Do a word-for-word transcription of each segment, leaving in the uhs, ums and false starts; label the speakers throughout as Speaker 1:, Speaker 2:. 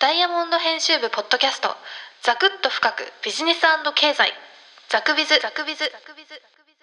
Speaker 1: ダイヤモンド編集部ポッドキャスト、ザクッと深くビジネス&経済、ザクビズザクビズザクビズ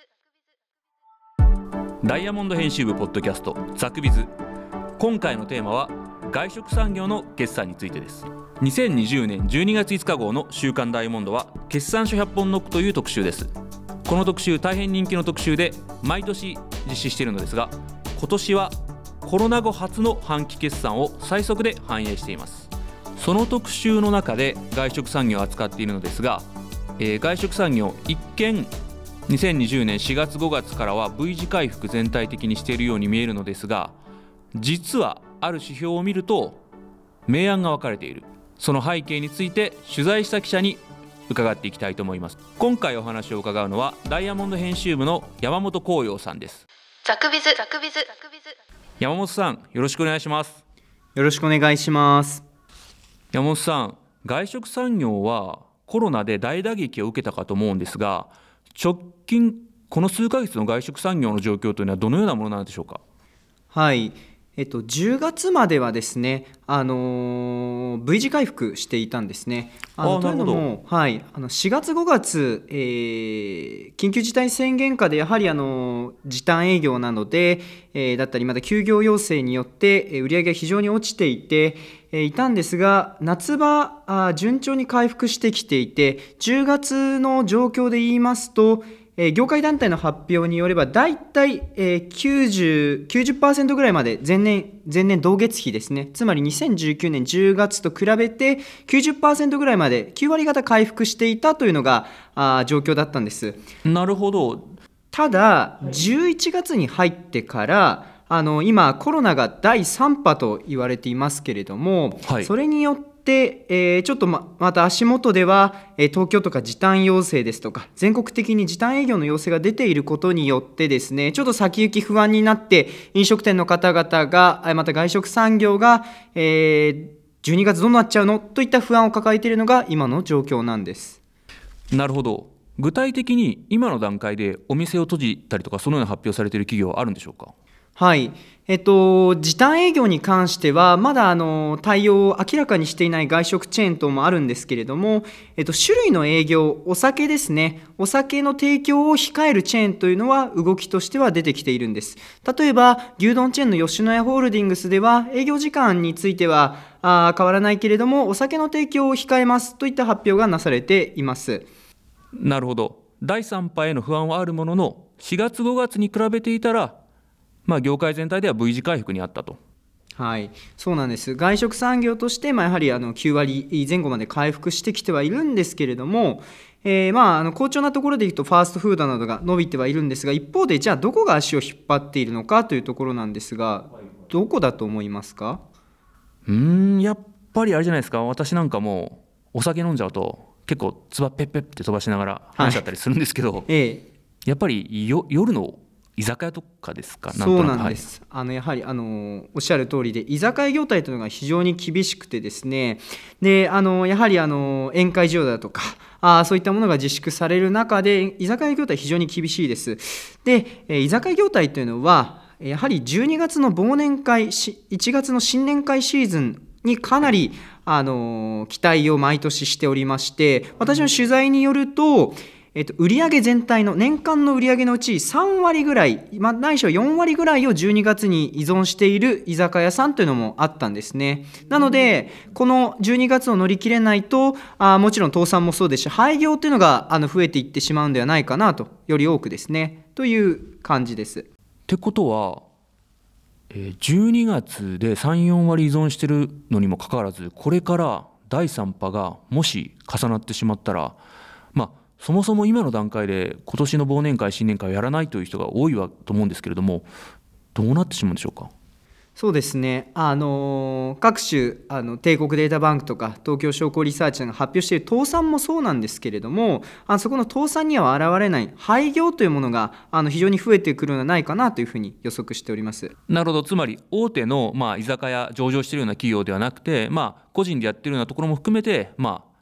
Speaker 2: ダイヤモンド編集部ポッドキャストザクビズ。今回のテーマは外食産業の決算についてです。にせんにじゅうねんじゅうにがついつか号の週刊ダイヤモンドは決算書ひゃっぽんノックという特集です。この特集大変人気の特集で毎年実施しているのですが、今年はコロナ後初の半期決算を最速で反映しています。その特集の中で外食産業を扱っているのですが、えー、外食産業一見にせんにじゅうねんしがつごがつからは V 字回復全体的にしているように見えるのですが、実はある指標を見ると明暗が分かれている。その背景について取材した記者に伺っていきたいと思います。今回お話を伺うのはダイヤモンド編集部の山本光陽さんです。
Speaker 1: ザクビズザクビズザクビズ。
Speaker 2: 山本さん、よろしくお願いします。
Speaker 3: よろしくお願いします。
Speaker 2: 山本さん、外食産業はコロナで大打撃を受けたかと思うんですが、直近この数ヶ月の外食産業の状況というのはどのようなものなんでしょうか。
Speaker 3: はい、えっと、じゅうがつまではですね、あのー、V 字回復していたんですね。あの
Speaker 2: あ
Speaker 3: というのも、はい、あのしがつごがつ、えー、緊急事態宣言下でやはりあの時短営業なので、えー、だったりまた休業要請によってえー売上が非常に落ちていて、えーいたんですが、夏場あ順調に回復してきていて、じゅうがつの状況で言いますと、えー業界団体の発表によればだいたい、えー、きゅうじゅう、きゅうじゅっパーセント ぐらいまで前年前年同月比ですね、つまりにせんじゅうきゅうねんじゅうがつと比べて きゅうじゅっパーセント ぐらいまできゅうわり方回復していたというのがあ状況だったんです。
Speaker 2: なるほど。
Speaker 3: ただじゅういちがつに入ってからあの今コロナがだいさん波と言われていますけれども、
Speaker 2: はい、
Speaker 3: それによってでえー、ちょっと ま, また足元では、えー、東京とか時短要請ですとか全国的に時短営業の要請が出ていることによってですね、ちょっと先行き不安になって飲食店の方々がまた外食産業が、えー、じゅうにがつどうなっちゃうのといった不安を抱えているのが今の状況なんです。
Speaker 2: なるほど。具体的に今の段階でお店を閉じたりとかそのような発表されている企業はあるんでしょうか。
Speaker 3: はい、えっと、時短営業に関してはまだあの対応を明らかにしていない外食チェーン等もあるんですけれども、えっと、種類の営業、お酒ですね、お酒の提供を控えるチェーンというのは動きとしては出てきているんです。例えば牛丼チェーンの吉野家ホールディングスでは営業時間についてはあ変わらないけれどもお酒の提供を控えますといった発表がなされています。
Speaker 2: なるほど。だいさん波への不安はあるもののしがつごがつに比べていたらまあ、業界全体では V 字回復にあったと。
Speaker 3: はい、そうなんです。外食産業として、まあ、やはりあのきゅうわりぜん後まで回復してきてはいるんですけれども、えーまあ、あの好調なところでいくとファーストフードなどが伸びてはいるんですが、一方でじゃあどこが足を引っ張っているのかというところなんですが、どこだと思いますか。
Speaker 2: うーんやっぱりあれじゃないですか。私なんかもうお酒飲んじゃうと結構つばペッペッって飛ばしながら話しちゃったりするんですけど、はい、ええ、やっぱりよ夜の居酒屋とかですか。なんとなく。
Speaker 3: そうなんです、はい、あのやはりあのおっしゃる通りで居酒屋業態というのが非常に厳しくてですね、であのやはりあの宴会需要だとかあそういったものが自粛される中で居酒屋業態非常に厳しいです。で居酒屋業態というのはやはりじゅうにがつの忘年会、いちがつの新年会シーズンにかなりあの期待を毎年しておりまして、私の取材によるとえっと、売上全体の年間の売上のうちさんわりぐらい、まあ、ないしはよんわりぐらいをじゅうにがつに依存している居酒屋さんというのもあったんですね。なのでこのじゅうにがつを乗り切れないとあもちろん倒産もそうですし廃業というのがあの増えていってしまうんではないかなと、より多くですねという感じです。
Speaker 2: ってことは、えー、じゅうにがつで さん,よん 割依存してるのにもかかわらず、これからだいさん波がもし重なってしまったら、まあそもそも今の段階で今年の忘年会新年会をやらないという人が多いわと思うんですけれども、どうなってしまうんでしょうか。
Speaker 3: そうですね、あの各種あの帝国データバンクとか東京商工リサーチが発表している倒産もそうなんですけれども、あそこの倒産には現れない廃業というものがあの非常に増えてくるのではないかなというふうに予測しております。
Speaker 2: なるほど。つまり大手の、まあ、居酒屋上場しているような企業ではなくて、まあ、個人でやっているようなところも含めて、まあ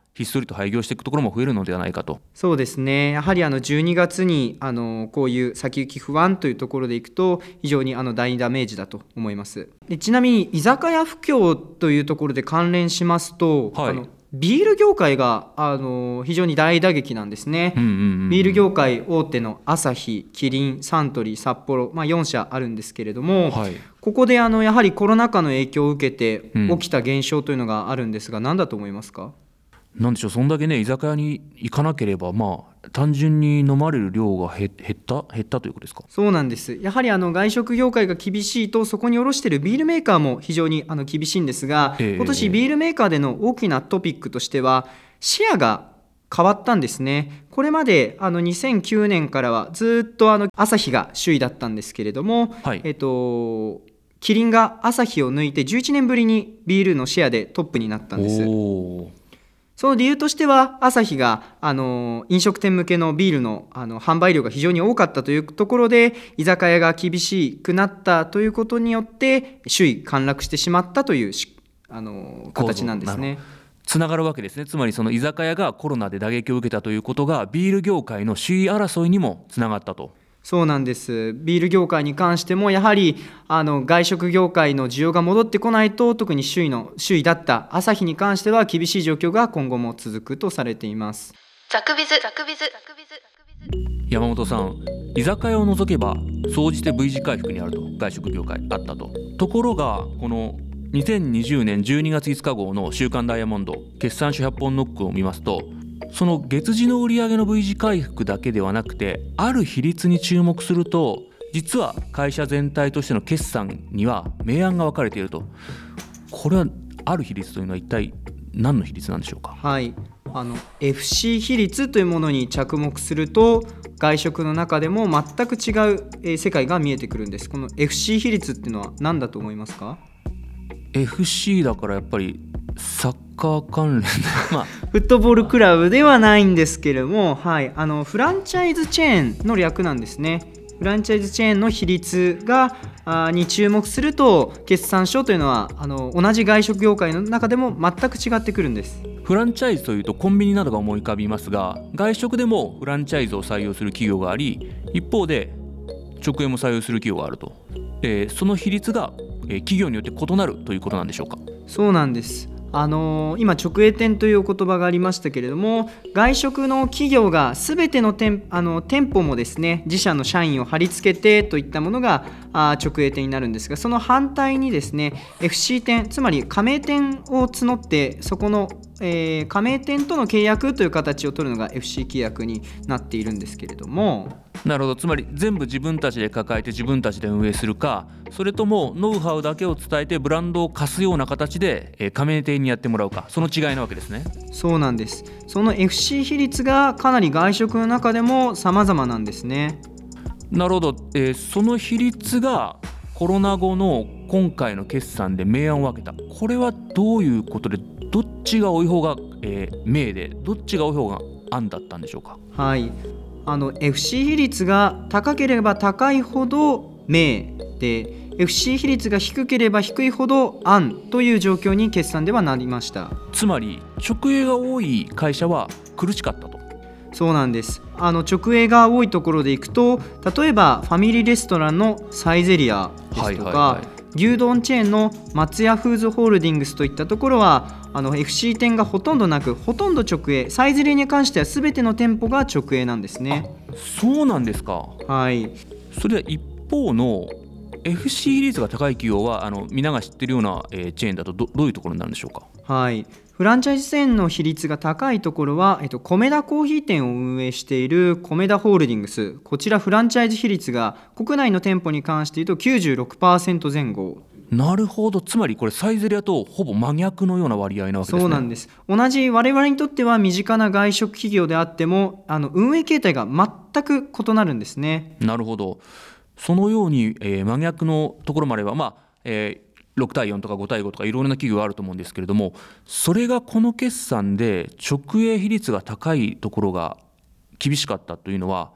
Speaker 2: ひっそりと廃業していくところも増えるのではないかと。
Speaker 3: そうですね、やはりあのじゅうにがつにあのこういう先行き不安というところでいくと非常にあの大ダメージだと思います。でちなみに居酒屋不況というところで関連しますと、
Speaker 2: はい、
Speaker 3: あのビール業界があの非常に大打撃なんですね。
Speaker 2: うんうんうんうん、
Speaker 3: ビール業界大手のアサヒ、キリン、サントリー、札幌、まあ、よんしゃあるんですけれども、
Speaker 2: はい、
Speaker 3: ここであのやはりコロナ禍の影響を受けて
Speaker 2: うん
Speaker 3: 起きた現象というのがあるんですが、何だと思いますか？
Speaker 2: なんでしょう、そんだけね居酒屋に行かなければ、まあ単純に飲まれる量が減減った減ったということですか？
Speaker 3: そうなんです。やはりあの外食業界が厳しいと、そこに卸しているビールメーカーも非常にあの厳しいんですが、
Speaker 2: ええ
Speaker 3: 今年ビールメーカーでの大きなトピックとしてはシェアが変わったんですね。これまであのにせんきゅうねんからはずっとあのアサヒが首位だったんですけれども、
Speaker 2: はい
Speaker 3: えっとキリンがアサヒを抜いてじゅういちねんぶりにビールのシェアでトップになったんです。
Speaker 2: おー、
Speaker 3: その理由としては、アサヒがあの飲食店向けのビールのあの販売量が非常に多かったというところで、居酒屋が厳しくなったということによって首位陥落してしまったというしあの形なんですね。
Speaker 2: つながるわけですね。つまりその居酒屋がコロナで打撃を受けたということがビール業界の首位争いにもつながったと。
Speaker 3: そうなんです。ビール業界に関してもやはりあの外食業界の需要が戻ってこないと、特に首位の首位だったアサヒに関しては厳しい状況が今後も続くとされています。
Speaker 1: ザクビズザクビズザクビズザクビズ。
Speaker 2: 山本さん、居酒屋を除けば総じて V 字回復にあると、外食業界あったと。ところがこのにせんにじゅうねんじゅうにがついつか号の週刊ダイヤモンド決算書ひゃっぽんノックを見ますと、その月次の売上の V 字回復だけではなくて、ある比率に注目すると実は会社全体としての決算には明暗が分かれていると。これはある比率というのは一体何の比率なんでしょうか？
Speaker 3: はい、あの エフシー 比率というものに着目すると、外食の中でも全く違う、えー世界が見えてくるんです。この エフシー 比率っていうのは何だと思いますか？
Speaker 2: エフシー だからやっぱりサッカー関連まあ
Speaker 3: フットボールクラブではないんですけれども、はい、あのフランチャイズチェーンの略なんですね。フランチャイズチェーンの比率があに注目すると、決算書というのはあの同じ外食業界の中でも全く違ってくるんです。
Speaker 2: フランチャイズというとコンビニなどが思い浮かびますが、外食でもフランチャイズを採用する企業があり、一方で直営も採用する企業があると、えーその比率が、えー企業によって異なるということなんでしょうか？
Speaker 3: そうなんです。あのー今直営店というお言葉がありましたけれども、外食の企業が全ての店、あの店舗もですね、自社の社員を貼り付けてといったものがあー直営店になるんですが、その反対にですね エフシー 店、つまり加盟店を募ってそこの、えー加盟店との契約という形を取るのが エフシー 契約になっているんですけれども、
Speaker 2: なるほど。つまり全部自分たちで抱えて自分たちで運営するか、それともノウハウだけを伝えてブランドを貸すような形で、えー加盟店にやってもらうか、その違いなわけですね。
Speaker 3: そうなんです。その エフシー 比率がかなり外食の中でも様々なんですね。
Speaker 2: なるほど、えーその比率がコロナ後の今回の決算で明暗を分けた。これはどういうことで、どっちが多い方が、えー明で、どっちが多い方が暗だったんでしょうか？
Speaker 3: はい、あの エフシー 比率が高ければ高いほど明で、 エフシー 比率が低ければ低いほど暗という状況に決算ではなりました。
Speaker 2: つまり直営が多い会社は苦しかったと。
Speaker 3: そうなんです。あの直営が多いところでいくと、例えばファミリーレストランのサイゼリアですとか、
Speaker 2: はいはいはい、
Speaker 3: 牛丼チェーンの松屋フーズホールディングスといったところはあの エフシー 店がほとんどなく、ほとんど直営、サイゼリヤに関しては全ての店舗が直営なんですね。
Speaker 2: そうなんですか。
Speaker 3: はい、
Speaker 2: それでは一方の エフシー 比率が高い企業は、あの皆が知ってるような、えーチェーンだと ど, どういうところになるんでしょうか？
Speaker 3: はい、フランチャイズチェーンの比率が高いところは、えっと、コメダコーヒー店を運営しているコメダホールディングス、こちらフランチャイズ比率が国内の店舗に関して言うと きゅうじゅうろくパーセント 前後。
Speaker 2: なるほど。つまりこれサイゼリヤとほぼ真逆のような割合なわけですね。
Speaker 3: そうなんです。同じ我々にとっては身近な外食企業であっても、あの運営形態が全く異なるんですね。
Speaker 2: なるほど。そのように、えー真逆のところもあれば、まあえーろくたいよんとかごたいごとかいろいろな企業があると思うんですけれども、それがこの決算で直営比率が高いところが厳しかったというのは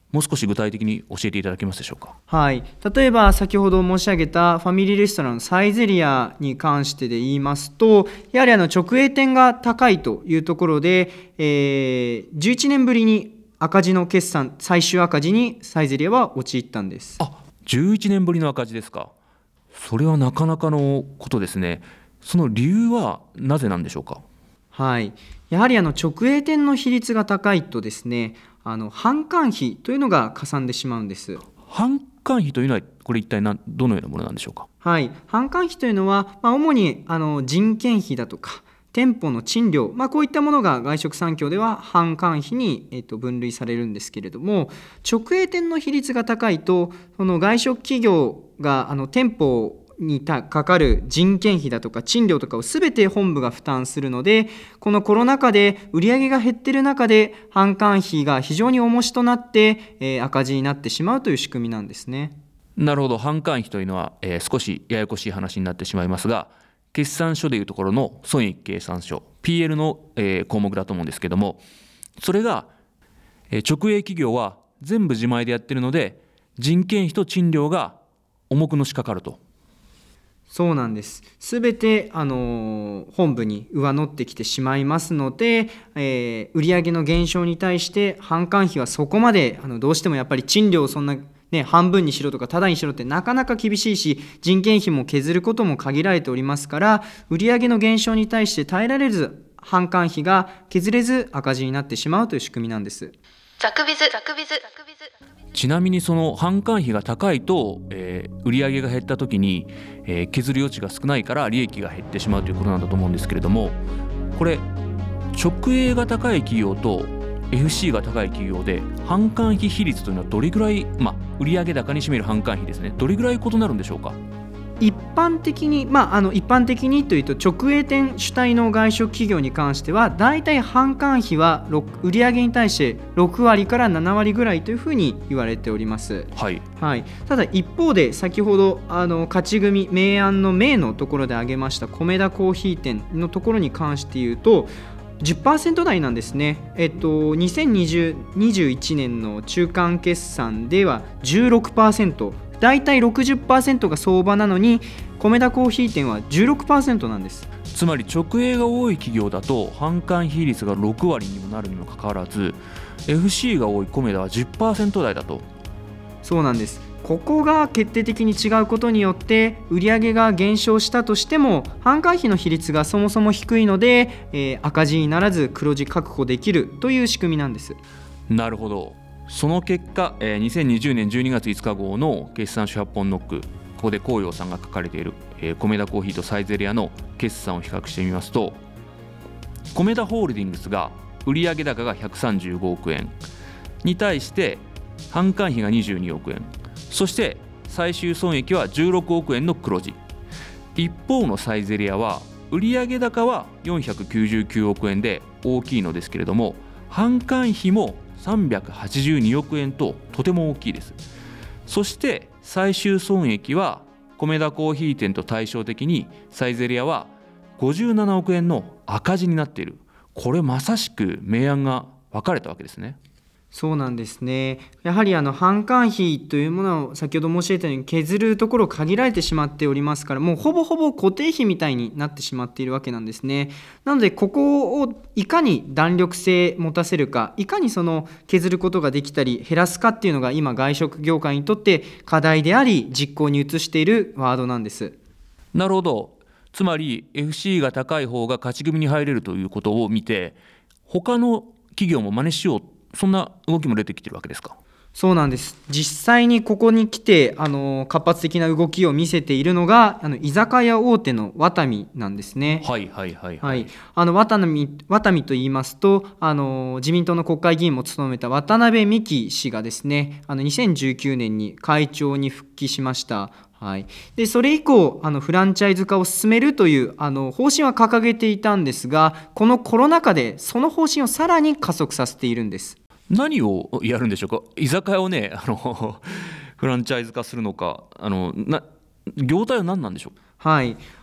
Speaker 2: もう少し具体的に教えていただけますでしょうか。
Speaker 3: はい、例えば先ほど申し上げたファミリーレストランのサイゼリアに関してで言いますと、やはりあの直営店が高いというところで、えー、じゅういちねんぶりに赤字の決算、最終赤字にサイゼリアは陥ったんです。
Speaker 2: あ、じゅういちねんぶりの赤字ですか。それはなかなかのことですね。その理由はなぜなんでしょうか。
Speaker 3: はい、やはりあの直営店の比率が高いとですね、あの販管費というのがかさんでしまうんです。
Speaker 2: 販管費というのはこれ一体何どのようなものなんでしょうか。
Speaker 3: はい、販管費というのは、まあ、主にあの人件費だとか店舗の賃料、まあ、こういったものが外食産業では販管費に、えっと、分類されるんですけれども、直営店の比率が高いと、その外食企業があの店舗にかかる人件費だとか賃料とかを全て本部が負担するので、このコロナ禍で売上が減っている中で販管費が非常に重しとなって、えー、赤字になってしまうという仕組みなんですね。
Speaker 2: なるほど。販管費というのは、えー、少しややこしい話になってしまいますが、決算書でいうところの損益計算書 ピーエル の、えー、項目だと思うんですけども、それが、えー、直営企業は全部自前でやってるので人件費と賃料が重くのしかかると。
Speaker 3: そうなんです。すべて、あのー、本部に上乗ってきてしまいますので、えー、売上の減少に対して販管費はそこまであのどうしてもやっぱり賃料をそんな、ね、半分にしろとかタダにしろってなかなか厳しいし、人件費も削ることも限られておりますから、売上の減少に対して耐えられず販管費が削れず赤字になってしまうという仕組みなんです。
Speaker 1: ザクビズザクビズザクビズ。
Speaker 2: ちなみにその販管費が高いと、えー、売上が減った時に、えー、削る余地が少ないから利益が減ってしまうということなんだと思うんですけれども、これ直営が高い企業と エフシー が高い企業で販管費比率というのはどれぐらい、まあ、売上高に占める販管費ですね、どれぐらい異なるんでしょうか。
Speaker 3: 一般的に、まあ、あの一般的にというと直営店主体の外食企業に関してはだいたい販管費は売上に対してろくわりからななわりぐらいというふうに言われております。
Speaker 2: はい
Speaker 3: はい、ただ一方で先ほどあの勝ち組明暗の明のところで挙げました米田コーヒー店のところに関して言うと じゅっパーセント 台なんですね。えっと、にせんにじゅういちねんの中間決算では じゅうろくパーセント、だいたい ろくじゅっパーセント が相場なのに米田コーヒー店は じゅうろくパーセント なんです。
Speaker 2: つまり直営が多い企業だと販管費比率がろくわりにもなるにもかかわらず エフシー が多い米田は じゅっパーセント 台だと。
Speaker 3: そうなんです。ここが決定的に違うことによって売上が減少したとしても販管費の比率がそもそも低いので、えー、赤字にならず黒字確保できるという仕組みなんです。
Speaker 2: なるほど。その結果、えー、にせんにじゅうねんじゅうにがついつか号の決算書ひゃっぽんノック、ここで紅葉さんが書かれている、えー、米田コーヒーとサイゼリアの決算を比較してみますと、米田ホールディングスが売上高がひゃくさんじゅうごおくえんに対して販管費がにじゅうにおくえん、そして最終損益はじゅうろくおくえんの黒字。一方のサイゼリアは売上高はよんひゃくきゅうじゅうきゅうおくえんで大きいのですけれども、販管費もさんびゃくはちじゅうにおくえんととても大きいです。そして最終損益は米田コーヒー店と対照的にサイゼリアはごじゅうななおくえんの赤字になっている。これまさしく明暗が分かれたわけですね。
Speaker 3: そうなんですね。やはりあの販管費というものを先ほど申し上げたように削るところを限られてしまっておりますから、もうほぼほぼ固定費みたいになってしまっているわけなんですね。なのでここをいかに弾力性持たせるか、いかにその削ることができたり減らすかっていうのが今外食業界にとって課題であり実行に移しているワードなんです。
Speaker 2: なるほど。つまり エフシー が高い方が勝ち組に入れるということを見て他の企業も真似しよう、そんな動きも出てきてるわけですか。
Speaker 3: そうなんです。実際にここに来てあの活発的な動きを見せているのがあの居酒屋大手のワタミなんですね。
Speaker 2: はいはいはい、
Speaker 3: はい、あのワタミワタミと言いますとあの自民党の国会議員も務めた渡辺美樹氏がですね、あのにせんじゅうきゅうねんに会長に復帰しました。はい、でそれ以降あのフランチャイズ化を進めるというあの方針は掲げていたんですが、このコロナ禍でその方針をさらに加速させているんです。
Speaker 2: 何をやるんでしょうか。居酒屋をねあのフランチャイズ化するのか、あのな業態は何なんでしょう。
Speaker 3: はい、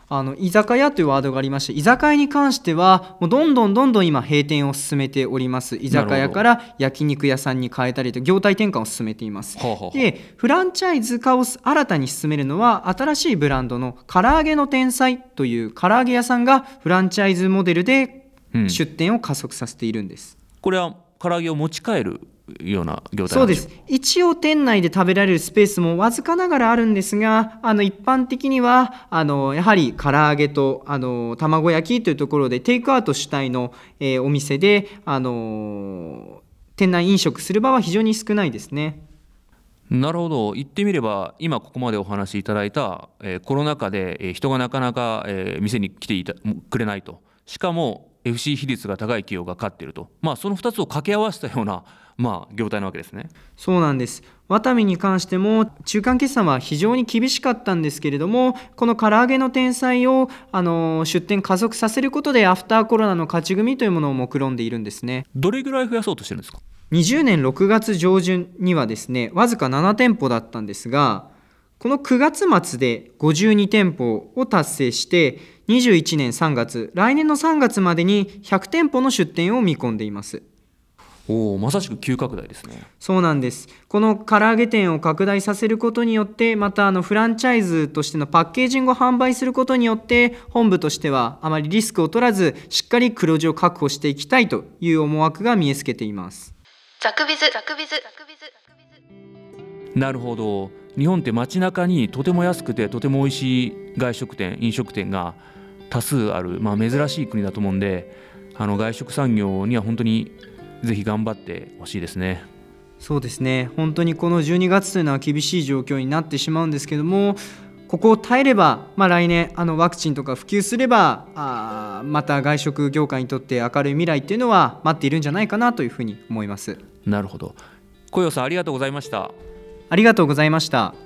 Speaker 3: あの居酒屋というワードがありまして、居酒屋に関してはもうどんどんどんどん今閉店を進めております。居酒屋から焼肉屋さんに変えたりと業態転換を進めています。
Speaker 2: はあはあ、
Speaker 3: でフランチャイズ化を新たに進めるのは、新しいブランドの唐揚げの天才という唐揚げ屋さんがフランチャイズモデルで出店を加速させているんです、
Speaker 2: うん、これは唐揚げを持ち帰るような業態
Speaker 3: そうです。一応店内で食べられるスペースもわずかながらあるんですが、あの一般的にはあのやはり唐揚げとあの卵焼きというところでテイクアウト主体の、えー、お店であの店内飲食する場は非常に少ないですね。
Speaker 2: なるほど。言ってみれば今ここまでお話しいただいた、えー、コロナ禍で、えー、人がなかなか、えー、店に来ていたくれないと、しかも エフシー 比率が高い企業が勝っていると、まあ、そのふたつを掛け合わせたような、まあ、業態なわけですね。
Speaker 3: そうなんです。ワタミに関しても中間決算は非常に厳しかったんですけれども、この唐揚げの天才をあの出店加速させることでアフターコロナの勝ち組というものを目論んでいるんですね。
Speaker 2: どれぐらい増やそうとしてるんですか？
Speaker 3: にじゅうねんろくがつ上旬にはですね、わずかなな店舗だったんですが、このくがつ末でごじゅうに店舗を達成して、にじゅういちねんさんがつ、来年のさんがつまでにひゃく店舗の出店を見込んでいます。
Speaker 2: おお、まさしく急拡大ですね。
Speaker 3: そうなんです。この唐揚げ店を拡大させることによって、またあのフランチャイズとしてのパッケージングを販売することによって、本部としてはあまりリスクを取らず、しっかり黒字を確保していきたいという思惑が見え透けています。
Speaker 1: ザクビズザクビズザクビズ。
Speaker 2: なるほど。日本って街中にとても安くてとても美味しい外食店、飲食店が多数ある、まあ、珍しい国だと思うんで、あの外食産業には本当にぜひ頑張ってほしいですね。
Speaker 3: そうですね。本当にこのじゅうにがつというのは厳しい状況になってしまうんですけども、ここを耐えれば、まあ、来年あのワクチンとか普及すれば、あまた外食業界にとって明るい未来っていうのは待っているんじゃないかなというふうに思います。
Speaker 2: なるほど。小陽さん、ありがとうございました。
Speaker 3: ありがとうございました。